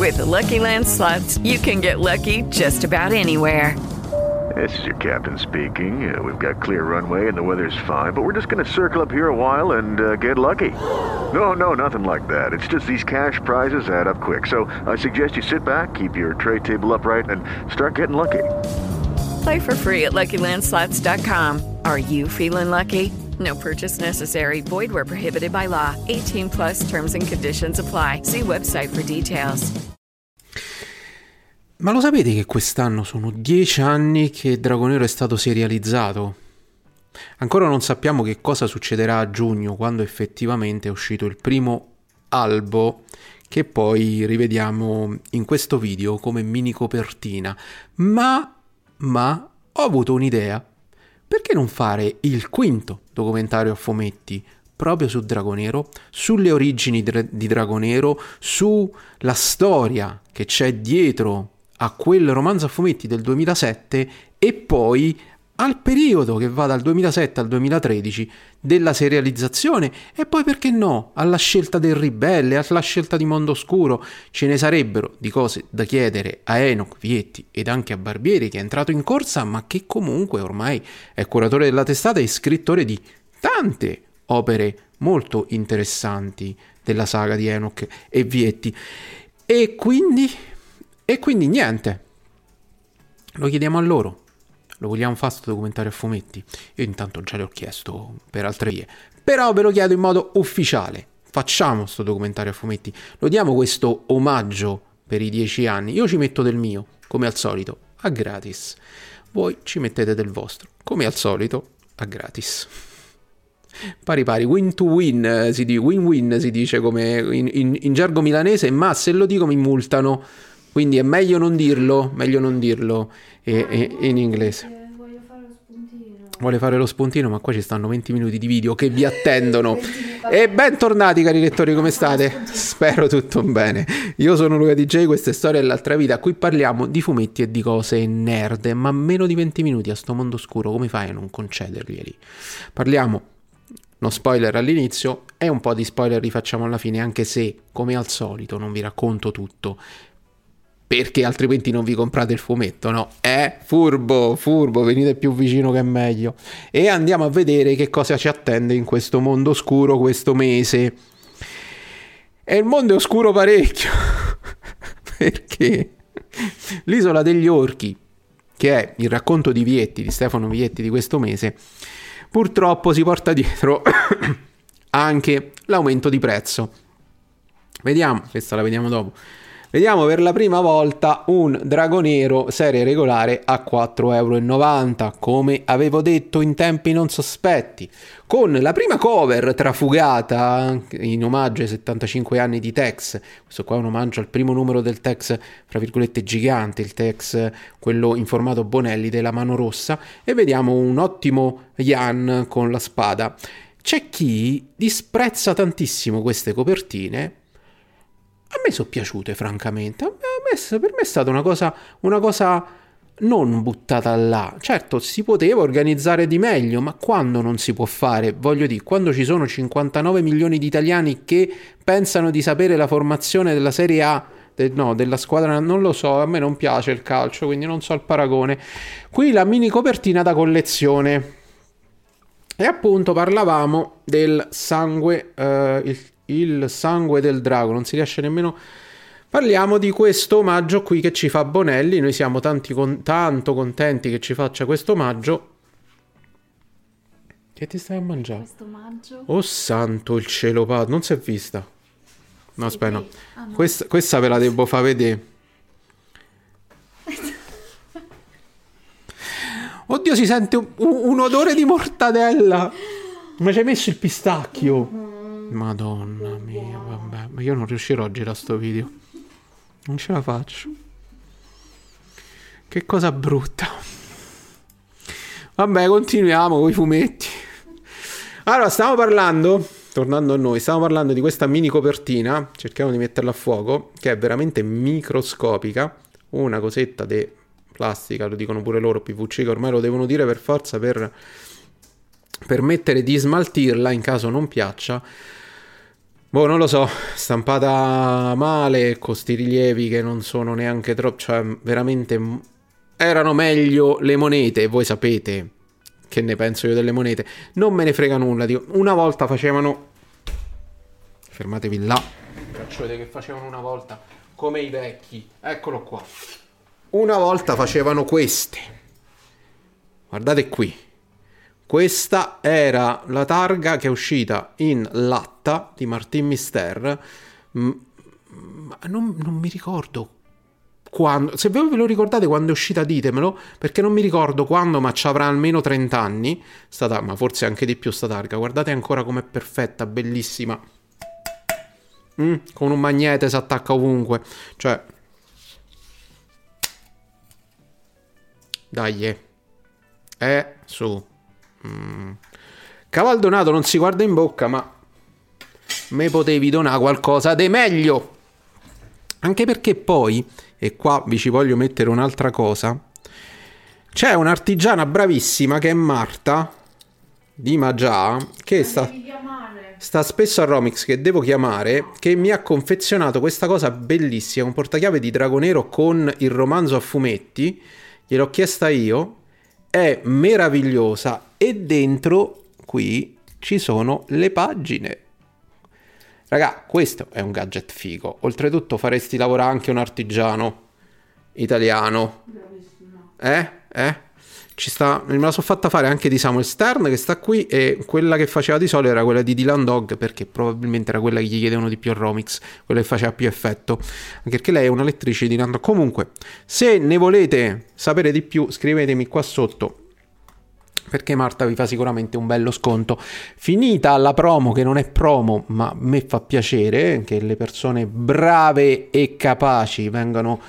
With the Lucky Land Slots, you can get lucky just about anywhere. This is your captain speaking. We've got clear runway and the weather's fine, but we're just going to circle up here a while and get lucky. No, nothing like that. It's just these cash prizes add up quick. So I suggest you sit back, keep your tray table upright, and start getting lucky. Play for free at LuckyLandSlots.com. Are you feeling lucky? No purchase necessary. Void where prohibited by law. 18 plus terms and conditions apply. See website for details. Ma lo sapete che quest'anno sono 10 anni che Dragonero è stato serializzato? Ancora non sappiamo che cosa succederà a giugno, quando effettivamente è uscito il primo albo, che poi rivediamo in questo video come mini copertina. Ma ho avuto un'idea. Perché non fare il quinto documentario a fumetti proprio su Dragonero, sulle origini di Dragonero, sulla storia che c'è dietro a quel romanzo a fumetti del 2007 e poi al periodo che va dal 2007 al 2013 della serializzazione e poi perché no alla scelta del ribelle, alla scelta di Mondo Oscuro. Ce ne sarebbero di cose da chiedere a Enoch Vietti ed anche a Barbieri, che è entrato in corsa ma che comunque ormai è curatore della testata e scrittore di tante opere molto interessanti della saga di Enoch e Vietti, e quindi niente, lo chiediamo a loro. Lo vogliamo fare sto documentario a fumetti? Io intanto già le ho chiesto per altre vie, però ve lo chiedo in modo ufficiale. Facciamo sto documentario a fumetti, lo diamo questo omaggio per i 10 anni. Io ci metto del mio, come al solito, a gratis. Voi ci mettete del vostro, come al solito, a gratis. Pari pari, win to win, win-win si dice come in gergo milanese, ma se lo dico mi multano. Quindi è meglio non dirlo in inglese. Vuole fare lo spuntino, ma qua ci stanno 20 minuti di video che vi attendono. E bentornati cari lettori, come state? Spero tutto bene. Io sono Luca DJ, questa è Storia dell'altra vita. Qui parliamo di fumetti e di cose nerd, ma meno di 20 minuti a sto mondo oscuro, come fai a non concederglieli? Parliamo, no spoiler all'inizio, e un po' di spoiler li facciamo alla fine, anche se, come al solito, non vi racconto tutto, perché altrimenti non vi comprate il fumetto, no? Furbo, venite più vicino che è meglio. E andiamo a vedere che cosa ci attende in questo mondo oscuro questo mese. E il mondo è oscuro parecchio, perché l'Isola degli Orchi, che è il racconto di Vietti, di Stefano Vietti di questo mese, purtroppo si porta dietro anche l'aumento di prezzo. Vediamo, questa la vediamo dopo. Vediamo per la prima volta un Dragonero serie regolare a 4,90 €, come avevo detto in tempi non sospetti, con la prima cover trafugata in omaggio ai 75 anni di Tex. Questo qua è un omaggio al primo numero del Tex, fra virgolette gigante, il Tex, quello in formato Bonelli della Mano Rossa, e vediamo un ottimo Jan con la spada. C'è chi disprezza tantissimo queste copertine. A me sono piaciute, francamente. Per me è stata una cosa non buttata là. Certo, si poteva organizzare di meglio, ma quando non si può fare? Voglio dire, quando ci sono 59 milioni di italiani che pensano di sapere la formazione della Serie A, della squadra, non lo so, a me non piace il calcio, quindi non so il paragone. Qui la mini copertina da collezione. E appunto parlavamo del sangue, il sangue del drago, non si riesce nemmeno. Parliamo di questo omaggio qui che ci fa Bonelli. Noi siamo tanto contenti che ci faccia questo omaggio. Che ti stai a mangiare? Questo omaggio? Oh santo il cielo, non si è vista. No, sì, aspetta, no. No. Questa ve la devo far vedere. Oddio, si sente un odore di mortadella. Ma ci hai messo il pistacchio? Madonna mia, vabbè, ma io non riuscirò a girare sto video, non ce la faccio, che cosa brutta. Vabbè, continuiamo con i fumetti. Allora, tornando a noi, stiamo parlando di questa mini copertina, cerchiamo di metterla a fuoco, che è veramente microscopica, una cosetta di plastica, lo dicono pure loro, PVC, che ormai lo devono dire per forza per permettere di smaltirla in caso non piaccia. Boh, non lo so, stampata male, con sti rilievi che non sono neanche troppo, cioè veramente erano meglio le monete, voi sapete che ne penso io delle monete, non me ne frega nulla, dico, una volta facevano, fermatevi là, faccio vedere che facevano una volta, come i vecchi, eccolo qua, una volta facevano queste, guardate qui. Questa era la targa che è uscita in latta di Martin Mister. Non mi ricordo quando. Se voi ve lo ricordate quando è uscita, ditemelo, perché non mi ricordo quando, ma ci avrà almeno 30 anni. Ma forse anche di più sta targa. Guardate ancora com'è perfetta, bellissima. Con un magnete si attacca ovunque. Cioè. Dai. Su. Cavaldonato non si guarda in bocca, ma me potevi donare qualcosa di meglio, anche perché poi, e qua vi ci voglio mettere un'altra cosa, c'è un'artigiana bravissima che è Marta di Magia, che sta spesso a Romix, che devo chiamare, che mi ha confezionato questa cosa bellissima, un portachiave di drago nero con il romanzo a fumetti. Gliel'ho chiesta io, è meravigliosa, e dentro qui ci sono le pagine. Raga, questo è un gadget figo. Oltretutto faresti lavorare anche un artigiano italiano. Ci sta, me la sono fatta fare anche di Samuel Stern, che sta qui, e quella che faceva di solito era quella di Dylan Dog, perché probabilmente era quella che gli chiedevano di più a Romix, quella che faceva più effetto, anche perché lei è una lettrice di Dylan Dog. Comunque, se ne volete sapere di più, scrivetemi qua sotto, perché Marta vi fa sicuramente un bello sconto. Finita la promo, che non è promo, ma a me fa piacere che le persone brave e capaci vengano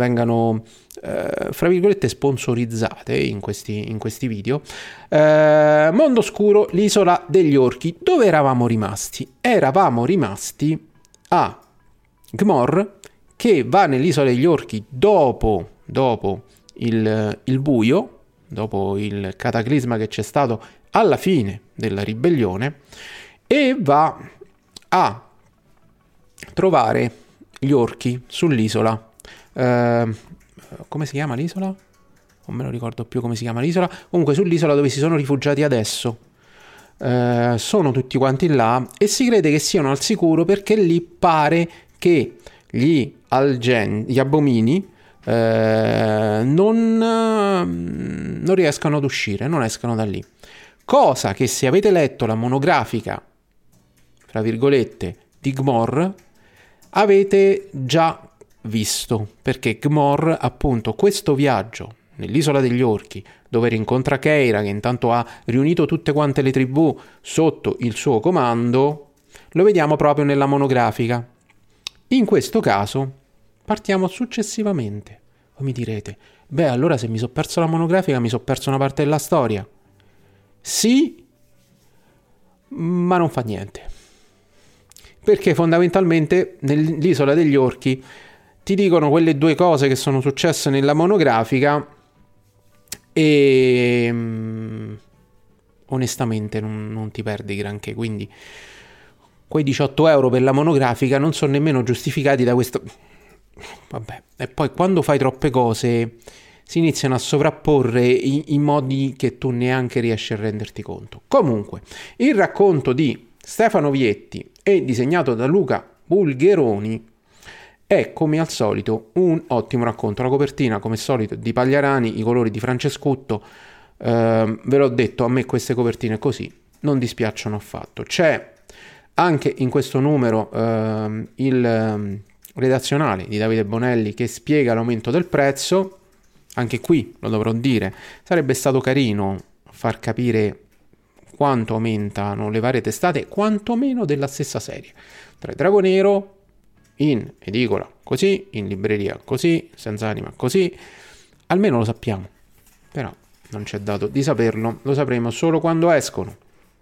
fra virgolette sponsorizzate in questi video. Mondo Oscuro, l'isola degli orchi. Dove eravamo rimasti? Eravamo rimasti a Gmor, che va nell'isola degli orchi dopo il buio, dopo il cataclisma che c'è stato alla fine della ribellione, e va a trovare gli orchi sull'isola. Come si chiama l'isola? Non me lo ricordo più come si chiama l'isola. Comunque sull'isola dove si sono rifugiati adesso. Sono tutti quanti là e si crede che siano al sicuro, perché lì pare che gli abomini non riescano ad uscire, non escano da lì. Cosa che, se avete letto la monografica, fra virgolette, di Gmor, avete già visto, perché Gmor, appunto, questo viaggio nell'isola degli orchi, dove rincontra Keira, che intanto ha riunito tutte quante le tribù sotto il suo comando, lo vediamo proprio nella monografica. In questo caso partiamo successivamente. Voi mi direte, beh, allora se mi sono perso la monografica mi sono perso una parte della storia. Sì, ma non fa niente, perché fondamentalmente nell'isola degli orchi ti dicono quelle due cose che sono successe nella monografica e onestamente non ti perdi granché, quindi quei 18 euro per la monografica non sono nemmeno giustificati da questo. Vabbè, e poi quando fai troppe cose si iniziano a sovrapporre in modi che tu neanche riesci a renderti conto. Comunque, il racconto di Stefano Vietti e disegnato da Luca Bulgheroni è, come al solito, un ottimo racconto. La copertina, come al solito, di Pagliarani, i colori di Francescutto. Ve l'ho detto, a me queste copertine così non dispiacciono affatto. C'è anche in questo numero il redazionale di Davide Bonelli che spiega l'aumento del prezzo. Anche qui, lo dovrò dire, sarebbe stato carino far capire quanto aumentano le varie testate, quantomeno della stessa serie. Tra Drago Nero, in edicola così, in libreria così, senza anima così, almeno lo sappiamo. Però non c'è dato di saperlo, lo sapremo solo quando escono.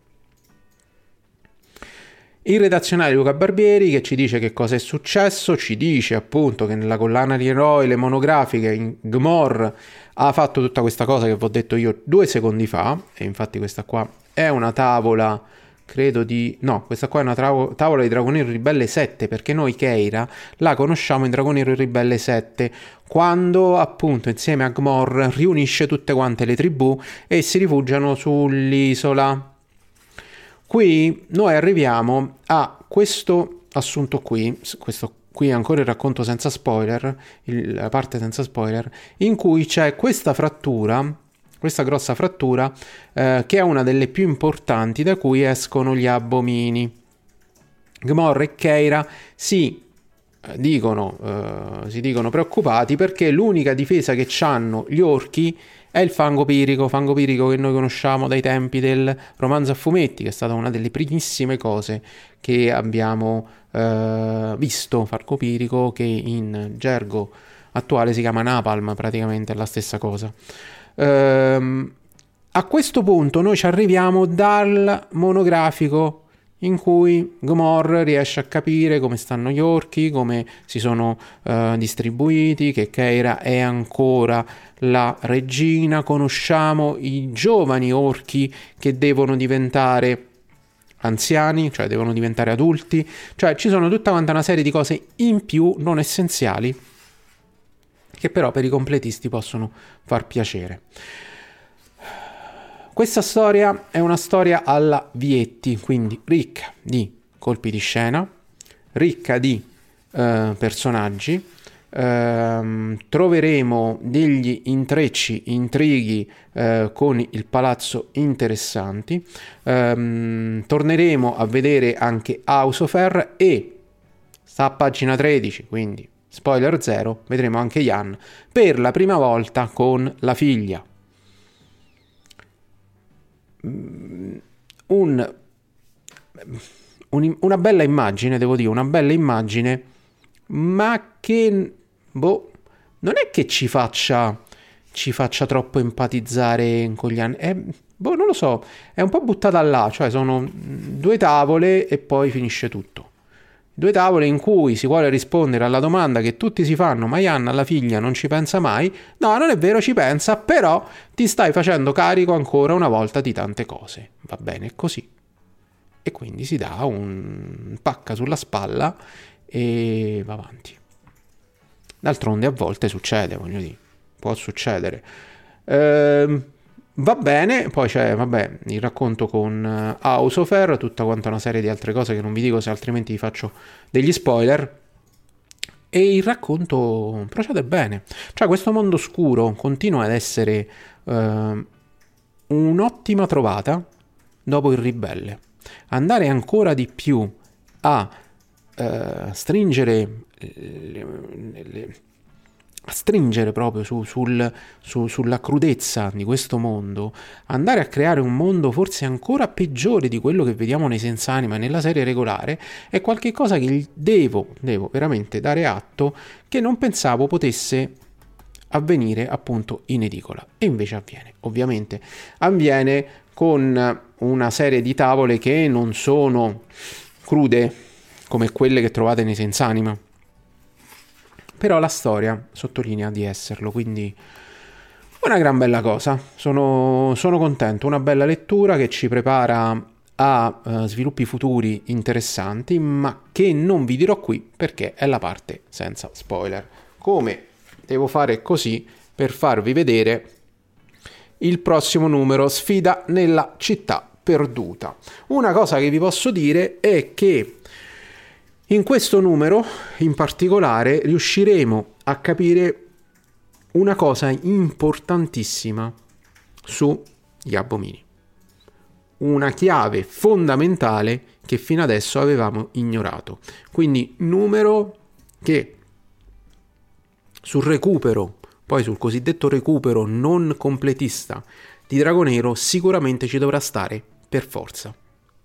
Il redazionale Luca Barbieri che ci dice che cosa è successo, ci dice appunto che nella collana di eroi, le monografiche, in Gmor ha fatto tutta questa cosa che vi ho detto io 2 secondi fa, e infatti questa qua è una tavola credo di... No, questa qua è una tavola di Dragonero Ribelle 7, perché noi Keira la conosciamo in Dragonero Ribelle 7, quando appunto insieme a Gmor riunisce tutte quante le tribù e si rifugiano sull'isola. Qui noi arriviamo a questo assunto qui, questo qui è ancora il racconto senza spoiler, la parte senza spoiler, in cui c'è questa frattura, questa grossa frattura, che è una delle più importanti, da cui escono gli abomini. Gmor e Keira si dicono preoccupati perché l'unica difesa che hanno gli orchi è il fango pirico che noi conosciamo dai tempi del romanzo a fumetti, che è stata una delle primissime cose che abbiamo visto. Fango pirico, che in gergo attuale si chiama napalm, praticamente è la stessa cosa. A questo punto noi ci arriviamo dal monografico in cui Gmor riesce a capire come stanno gli orchi, come si sono distribuiti, che Keira è ancora la regina. Conosciamo i giovani orchi che devono diventare anziani, cioè devono diventare adulti, cioè ci sono tutta quanta una serie di cose in più non essenziali che però per i completisti possono far piacere. Questa storia è una storia alla Vietti, quindi ricca di colpi di scena, ricca di personaggi. Troveremo degli intrecci, intrighi con il palazzo interessanti. Torneremo a vedere anche Ausofer e sta a pagina 13, quindi spoiler 0, vedremo anche Jan per la prima volta con la figlia. Una bella immagine, devo dire, una bella immagine, ma che non è che ci faccia troppo empatizzare con gli anni. Non lo so, è un po' buttata là, cioè sono 2 tavole e poi finisce tutto. 2 tavole in cui si vuole rispondere alla domanda che tutti si fanno: ma Jan alla figlia non ci pensa mai? No, non è vero, ci pensa, però ti stai facendo carico ancora una volta di tante cose. Va bene così. E quindi si dà un pacca sulla spalla e va avanti. D'altronde a volte succede, voglio dire, può succedere. Va bene, poi c'è, il racconto con Ausofer, tutta quanta una serie di altre cose che non vi dico, se altrimenti vi faccio degli spoiler. E il racconto procede bene. Cioè, questo mondo oscuro continua ad essere un'ottima trovata dopo il ribelle. Andare ancora di più a stringere proprio sulla crudezza di questo mondo, andare a creare un mondo forse ancora peggiore di quello che vediamo nei Senz'anima nella serie regolare, è qualcosa che devo veramente dare atto che non pensavo potesse avvenire appunto in edicola, e invece avviene. Ovviamente avviene con una serie di tavole che non sono crude come quelle che trovate nei Senz'anima, però la storia sottolinea di esserlo, quindi una gran bella cosa. Sono contento, una bella lettura che ci prepara a sviluppi futuri interessanti, ma che non vi dirò qui perché è la parte senza spoiler. Come devo fare così per farvi vedere il prossimo numero, Sfida nella città perduta. Una cosa che vi posso dire è che in questo numero in particolare riusciremo a capire una cosa importantissima sugli abomini, una chiave fondamentale che fino adesso avevamo ignorato. Quindi numero che sul recupero, poi sul cosiddetto recupero non completista di Dragonero, sicuramente ci dovrà stare per forza,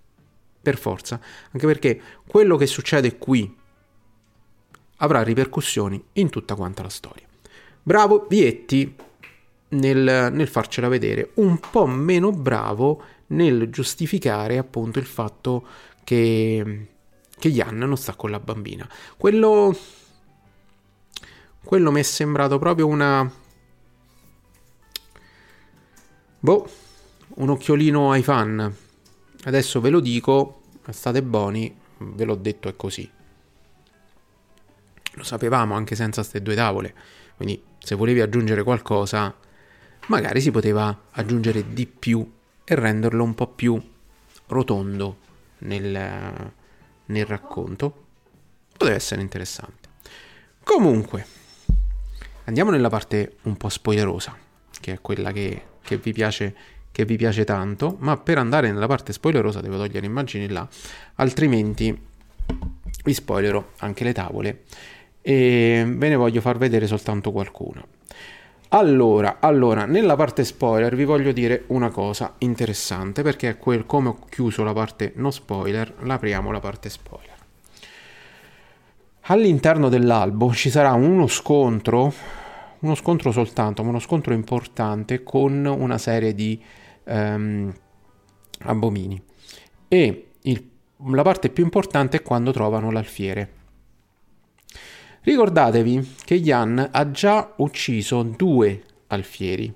anche perché quello che succede qui avrà ripercussioni in tutta quanta la storia. Bravo Vietti nel farcela vedere, un po' meno bravo nel giustificare appunto il fatto che Jan non sta con la bambina. Quello mi è sembrato proprio un occhiolino ai fan. Adesso ve lo dico, state buoni, ve l'ho detto, è così. Lo sapevamo anche senza queste due tavole, quindi se volevi aggiungere qualcosa, magari si poteva aggiungere di più e renderlo un po' più rotondo nel racconto. Poteva essere interessante. Comunque, andiamo nella parte un po' spoilerosa, che è quella che vi piace tanto, ma per andare nella parte spoilerosa devo togliere immagini là, altrimenti vi spoilerò anche le tavole e ve ne voglio far vedere soltanto qualcuna. Allora, nella parte spoiler vi voglio dire una cosa interessante, perché è come ho chiuso la parte no spoiler, apriamo la parte spoiler. All'interno dell'albo ci sarà uno scontro soltanto, ma uno scontro importante con una serie di abomini. E la parte più importante è quando trovano l'alfiere. Ricordatevi che Jan ha già ucciso 2 alfieri.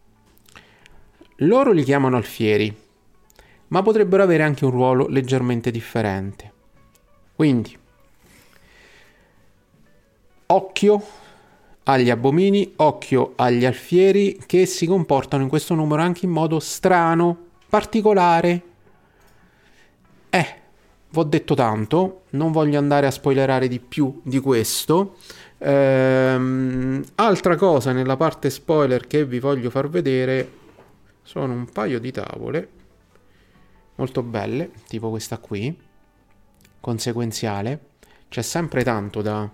Loro li chiamano alfieri, ma potrebbero avere anche un ruolo leggermente differente. Quindi, occhio agli abomini, occhio agli alfieri che si comportano in questo numero anche in modo strano, particolare. Vi ho detto tanto, non voglio andare a spoilerare di più di questo. Altra cosa nella parte spoiler che vi voglio far vedere sono un paio di tavole molto belle, tipo questa qui, conseguenziale. C'è sempre tanto da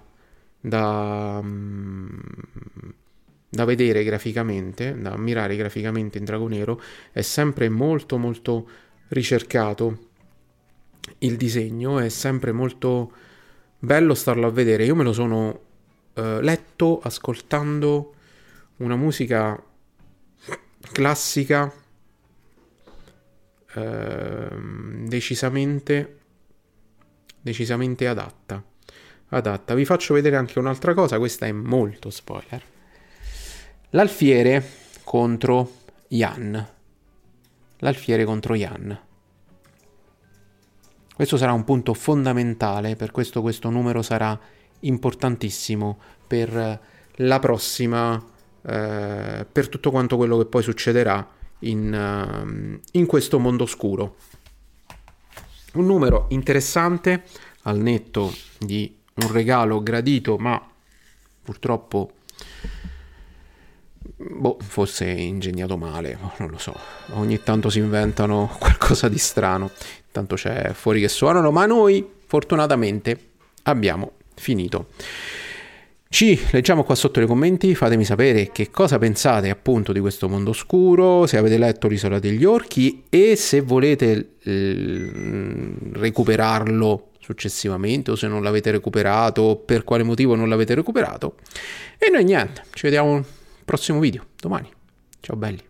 vedere graficamente, da ammirare graficamente in Drago Nero. È sempre molto molto ricercato. Il disegno è sempre molto bello starlo a vedere. Io me lo sono letto ascoltando una musica classica decisamente adatta. Vi faccio vedere anche un'altra cosa, questa è molto spoiler. L'alfiere contro Jan. Questo sarà un punto fondamentale, per questo numero sarà importantissimo per la prossima, per tutto quanto quello che poi succederà in questo mondo oscuro. Un numero interessante, al netto di un regalo gradito, ma purtroppo forse ingegnato male, non lo so. Ogni tanto si inventano qualcosa di strano. Tanto c'è fuori che suonano, ma noi fortunatamente abbiamo finito. Ci leggiamo qua sotto nei commenti, fatemi sapere che cosa pensate appunto di questo mondo oscuro, se avete letto l'Isola degli Orchi e se volete recuperarlo successivamente, o se non l'avete recuperato, per quale motivo non l'avete recuperato. E noi niente, ci vediamo al prossimo video domani. Ciao belli.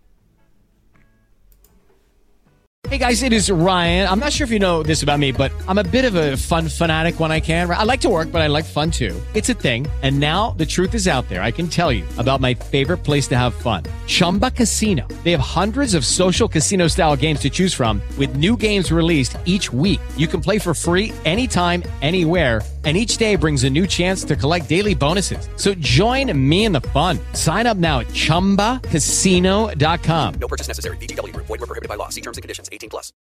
Hey guys, it is Ryan. I'm not sure if you know this about me, but I'm a bit of a fun fanatic when I can. I like to work, but I like fun too. It's a thing. And now the truth is out there. I can tell you about my favorite place to have fun. Chumba Casino. They have hundreds of social casino style games to choose from with new games released each week. You can play for free anytime, anywhere. And each day brings a new chance to collect daily bonuses. So join me in the fun. Sign up now at ChumbaCasino.com. No purchase necessary. VGW Group. Void where prohibited by law. See terms and conditions. 18+.